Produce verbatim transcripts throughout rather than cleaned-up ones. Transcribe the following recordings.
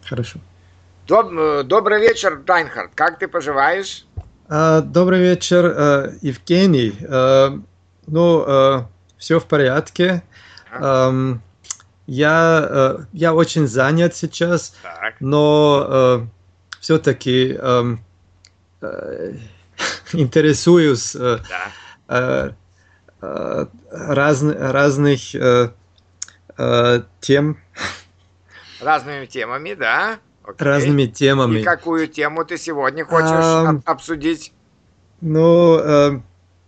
Хорошо. Доб, добрый вечер, Райнхард. Как ты поживаешь? А, добрый вечер, э, Евгений. Э, ну, э, все в порядке. А? Эм, я, э, я очень занят сейчас, Так. но э, все-таки эм, э, интересуюсь э, Да. э, э, разн- разных э, э, тем, Разными темами, да? Окей. разными И темами. какую тему ты сегодня хочешь об- Ам, обсудить? ну, э,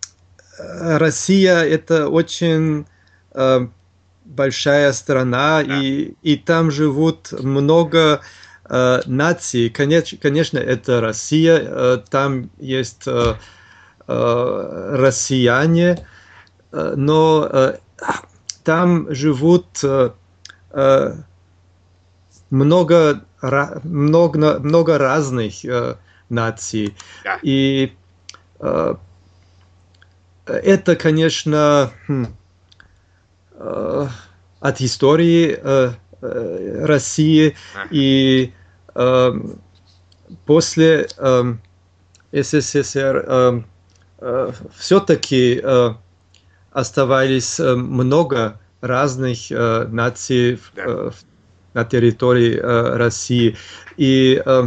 Россия это очень э, большая страна, Да. и, и там живут много э, наций. Конечно, конечно, это Россия, э, там есть э, э, россияне, э, но э, там живут э, э, много, ра- много, много разных э, наций. Да. И э, это, конечно, хм, э, от истории э, э, России, Ага. и э, после э, СССР э, э, все-таки э, оставались э, много разных э, наций Да. э, на территории э, России. И э,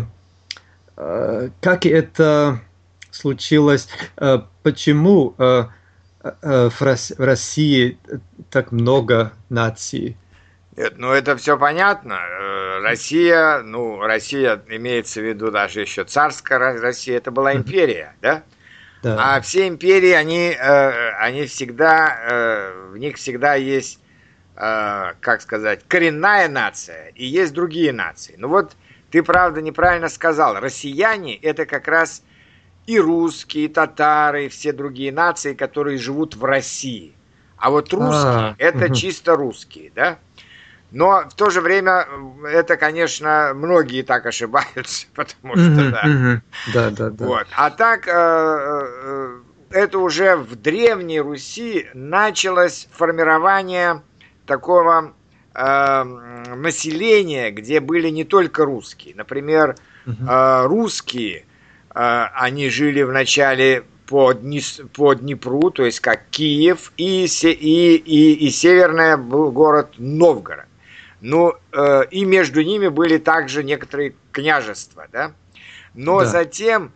э, как это случилось, э, почему э, э, в России так много наций? Нет, ну это все понятно. Э, Россия, ну, Россия имеется в виду даже еще царская Ро- Россия, это была Мгм. империя, да? Да. А все империи, они, э, они всегда, э, в них всегда есть, э, как сказать, коренная нация и есть другие нации. Ну вот ты, правда, неправильно сказал. Россияне – это как раз и русские, и татары, и все другие нации, которые живут в России. А вот русские – А, это мгм, чисто русские, да? Но в то же время это, конечно, многие так ошибаются, потому что, мгм, да. мгм. Да, да, да. Вот. А так, э, э, это уже в Древней Руси началось формирование такого э, населения, где были не только русские. Например, Мгм, э, русские, э, они жили вначале по, Днес, по Днепру, то есть как Киев, и, се, и, и, и северный был город Новгород. Ну, э, и между ними были также некоторые княжества, да. Но да. затем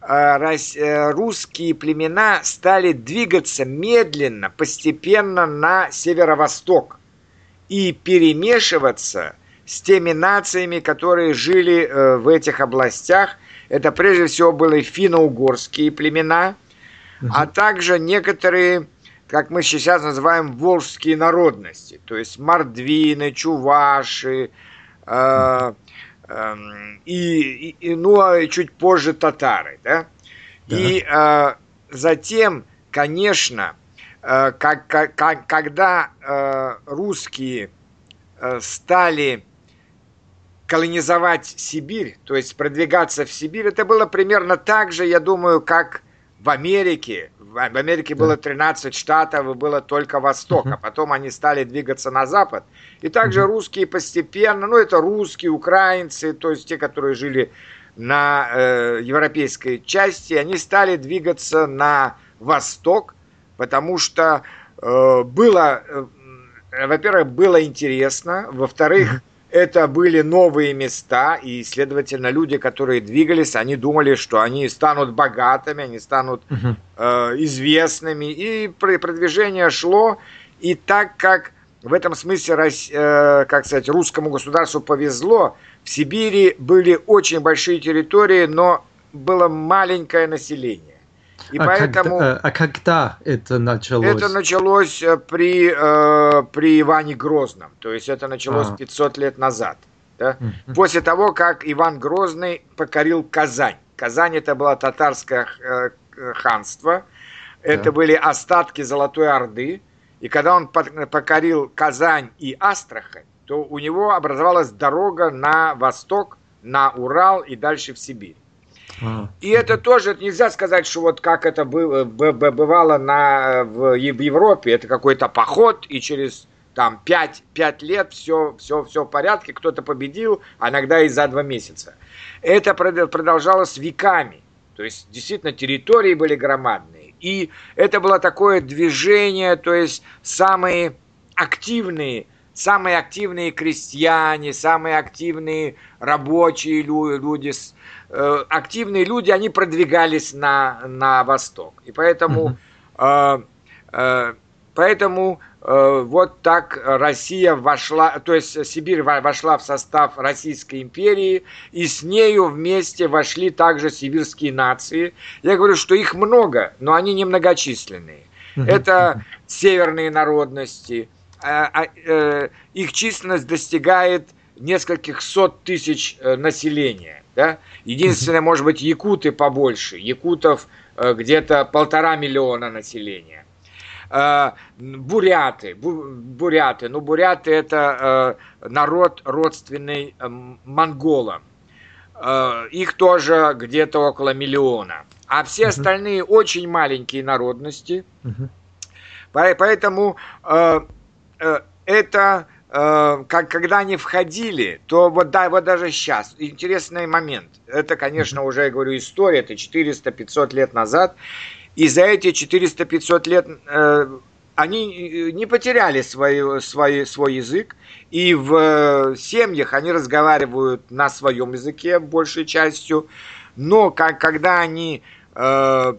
э, русские племена стали двигаться медленно, постепенно на северо-восток и перемешиваться с теми нациями, которые жили э, в этих областях. Это прежде всего были финно-угорские племена, а Мгм, также некоторые, как мы сейчас называем, волжские народности, то есть мордвины, чуваши, мгм. э, эм, и, и, и, ну, а чуть позже татары, да? Да. И э, затем, конечно, э, как, как, как, когда э, русские э, стали колонизовать Сибирь, то есть продвигаться в Сибирь, это было примерно так же, я думаю, как в Америке. В Америке было Да. тринадцать штатов, и было только Восток, а Мгм, потом они стали двигаться на Запад. И также мгм, русские постепенно, ну это русские, украинцы, то есть те, которые жили на э, европейской части, они стали двигаться на Восток, потому что э, было, э, во-первых, было интересно, мгм, во-вторых, это были новые места, и, следовательно, люди, которые двигались, они думали, что они станут богатыми, они станут мгм. э, известными, и продвижение шло, и так как в этом смысле, э, как сказать, русскому государству повезло, в Сибири были очень большие территории, но было маленькое население. И А когда, поэтому э, а когда это это началось? началось э, при, э, при Иване Грозном, то есть это началось А, пятьсот лет назад. Да? мгм, После того, как Иван Грозный покорил Казань. Казань это было татарское э, ханство, это да. были остатки Золотой Орды, и когда он покорил Казань и Астрахань, то у него образовалась дорога на восток, на Урал и дальше в Сибирь. А, И это мгм, тоже нельзя сказать, что вот как это было, бывало на, в Европе, это какой-то поход, и через там пять, пять лет, все, все, все в порядке, кто-то победил, а иногда и за два месяца. Это продолжалось веками. То есть, действительно, территории были громадные. И это было такое движение, то есть, самые активные, самые активные крестьяне, самые активные рабочие люди, э, активные люди, они продвигались на, на восток. И поэтому, э, э, поэтому э, вот так Россия вошла, то есть Сибирь вошла в состав Российской империи, и с нею вместе вошли также сибирские нации. Я говорю, что их много, но они немногочисленные. Это северные народности. Их численность достигает нескольких сот тысяч населения. Да? Единственное, может быть, якуты побольше. Якутов где-то полтора миллиона населения. Буряты. Буряты. Ну, буряты – это народ родственный монголам. Их тоже где-то около миллиона. А все остальные очень маленькие народности. Поэтому это, как, когда они входили, то вот, да, вот даже сейчас, интересный момент, это, конечно, уже, я говорю, история, это четыреста-пятьсот лет назад, и за эти четыреста-пятьсот лет э, они не потеряли свой, свой, свой язык, и в семьях они разговаривают на своем языке большей частью, но как, когда они э,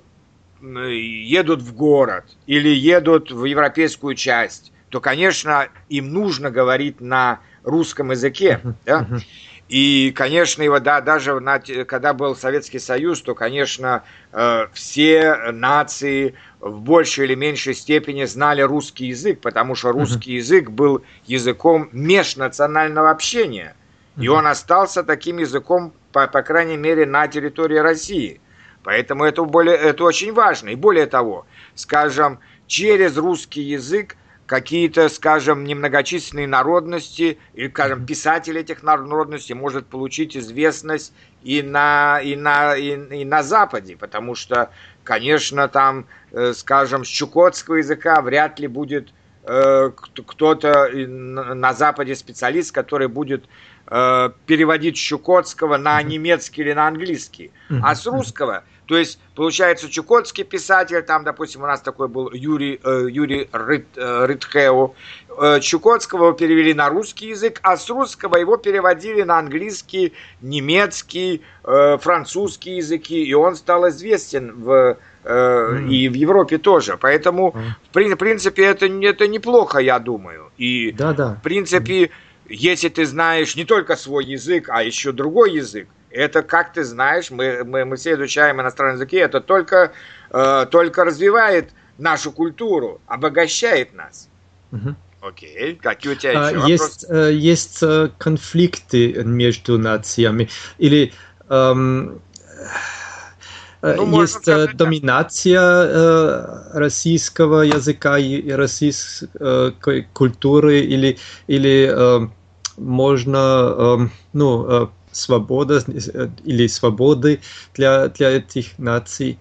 едут в город или едут в европейскую часть, то, конечно, им нужно говорить на русском языке. Да? И, конечно, его, да, даже на, когда был Советский Союз, то, конечно, э, все нации в большей или меньшей степени знали русский язык, потому что русский язык был языком межнационального общения. И он остался таким языком, по, по крайней мере, на территории России. Поэтому это, более, это очень важно. И более того, скажем, через русский язык какие-то, скажем, немногочисленные народности, или, скажем, писатель этих народностей может получить известность и на, и на, и, и на Западе, потому что, конечно, там, э, скажем, с чукотского языка вряд ли будет э, кто-то на Западе специалист, который будет э, переводить с чукотского на немецкий или на английский, а с русского. То есть, получается, чукотский писатель, там, допустим, у нас такой был Юрий, э, Юрий Рыт, э, Рытхеу, э, чукотского его перевели на русский язык, а с русского его переводили на английский, немецкий, э, французский языки, и он стал известен в, э, mm. и в Европе тоже. Поэтому, mm. в принципе, это, это неплохо, я думаю. И, да, да. в принципе, mm. если ты знаешь не только свой язык, а еще другой язык, это, как ты знаешь, мы, мы, мы все изучаем иностранные языки, это только, э, только развивает нашу культуру, обогащает нас. Угу. Окей, какие у тебя еще есть, вопросы? Есть конфликты между нациями, или эм, ну, есть сказать, доминация э, российского языка и российской культуры, или, или э, можно, э, ну, э, свобода или свободы для, для этих наций.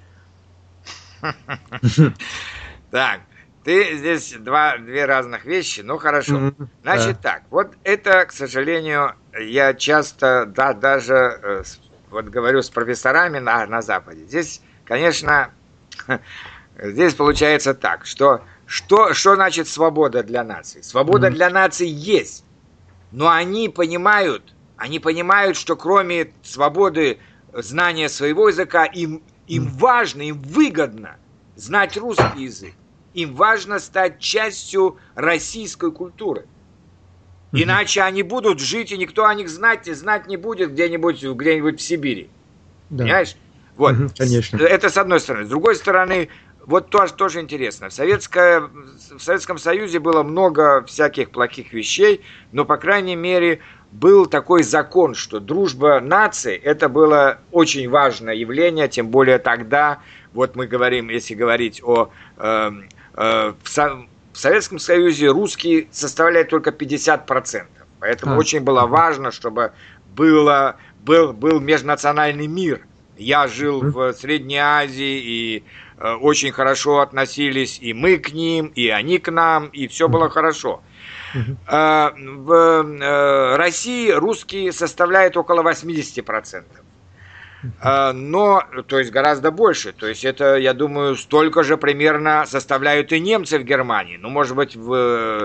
Так, ты здесь два, две разных вещи, ну хорошо. Значит так, вот это, к сожалению, я часто, да, даже вот говорю с профессорами на, на Западе. Здесь, конечно, здесь получается так, что, что, что значит свобода для наций? Свобода для наций есть, но они понимают, Они понимают, что кроме свободы знания своего языка, им, им важно, им выгодно знать русский язык. Им важно стать частью российской культуры. Иначе они будут жить, и никто о них знать, знать не будет где-нибудь, где-нибудь в Сибири. Да. Понимаешь? Вот. Угу, конечно. Это с одной стороны. С другой стороны, вот тоже, тоже интересно. В, Советское, в Советском Союзе было много всяких плохих вещей, но, по крайней мере, был такой закон, что дружба наций – это было очень важное явление, тем более тогда, вот мы говорим, если говорить о… Э, э, в, Со, в Советском Союзе русские составляют только пятьдесят процентов, поэтому а. очень было важно, чтобы было, был, был межнациональный мир. Я жил в Средней Азии, и э, очень хорошо относились и мы к ним, и они к нам, и все было хорошо. Uh-huh. В России русские составляют около восемьдесят процентов. Но, то есть гораздо больше, то есть это, я думаю, столько же примерно составляют и немцы в Германии, ну, может быть, в,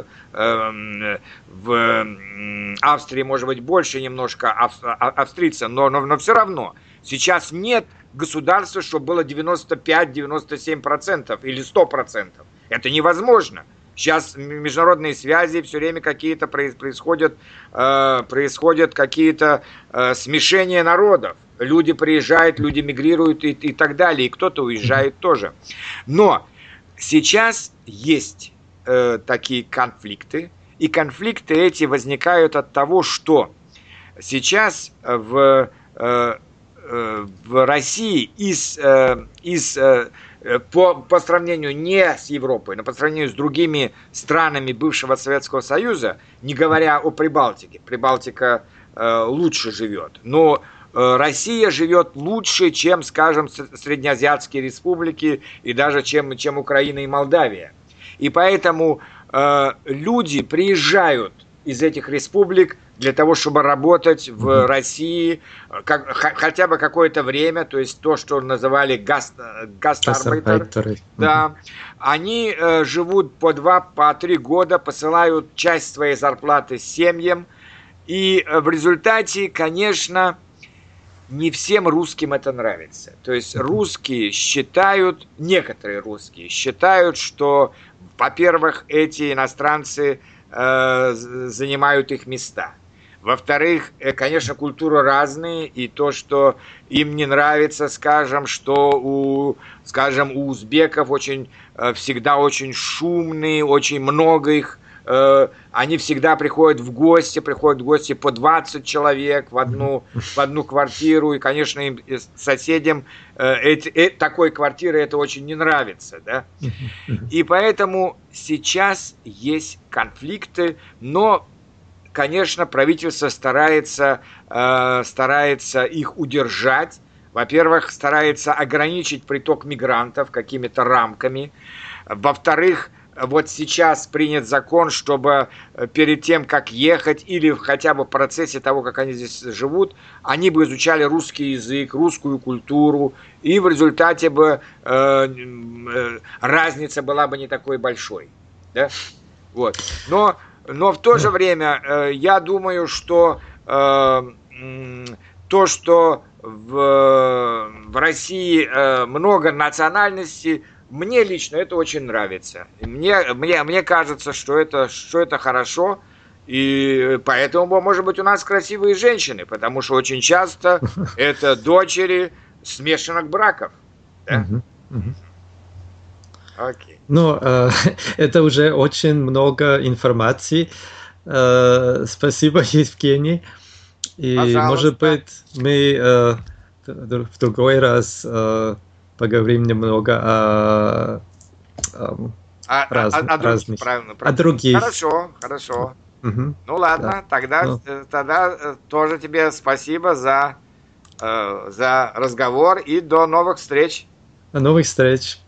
в Австрии, может быть, больше немножко австрийцев, но, но, но все равно, сейчас нет государства, чтобы было девяносто пять - девяносто семь процентов или сто процентов, это невозможно. Сейчас международные связи, все время какие-то происходят, происходят какие-то смешения народов. Люди приезжают, люди мигрируют и, и так далее, и кто-то уезжает тоже. Но сейчас есть э, такие конфликты, и конфликты эти возникают от того, что сейчас в, э, э, в России из, э, из, э, по, по сравнению не с Европой, но по сравнению с другими странами бывшего Советского Союза, не говоря о Прибалтике, Прибалтика э, лучше живет, но Россия живет лучше, чем, скажем, среднеазиатские республики и даже чем, чем Украина и Молдавия. И поэтому э, люди приезжают из этих республик для того, чтобы работать в mm-hmm. России как, х, хотя бы какое-то время, то есть то, что называли гастарбайтер. Mm-hmm. Да, они э, живут по два, по три года, посылают часть своей зарплаты семьям, и э, в результате, конечно, не всем русским это нравится. То есть русские считают, некоторые русские считают, что, во-первых, эти иностранцы э, занимают их места. Во-вторых, э, конечно, культуры разные, и то, что им не нравится, скажем, что у, скажем, у узбеков очень, э, всегда очень шумные, очень много их. Они всегда приходят в гости, приходят в гости по двадцать человек в одну, в одну квартиру, и, конечно, им, соседям эти, э, такой квартиры это очень не нравится, да? И поэтому сейчас есть конфликты, но, конечно, правительство старается, э, старается их удержать. Во-первых, старается ограничить приток мигрантов какими-то рамками. Во-вторых, вот сейчас принят закон, чтобы перед тем, как ехать, или хотя бы в процессе того, как они здесь живут, они бы изучали русский язык, русскую культуру, и в результате бы э, э, разница была бы не такой большой. Да? Вот. Но, но в то же время э, я думаю, что э, то, что в, в России э, много национальностей, мне лично это очень нравится. Мне, мне, мне кажется, что это, что это хорошо, и поэтому, может быть, у нас красивые женщины, потому что очень часто это дочери смешанных браков. Да? Окей. Ну, э, это уже очень много информации. Э, спасибо, Евгений. И, пожалуйста, может быть, мы э, в другой раз э, поговорим немного о, о, о, раз, о, о, разных, правильно, правильно. о других. Хорошо, хорошо. Угу. Ну ладно, да. тогда, ну. тогда тоже тебе спасибо за, за разговор и до новых встреч. До новых встреч.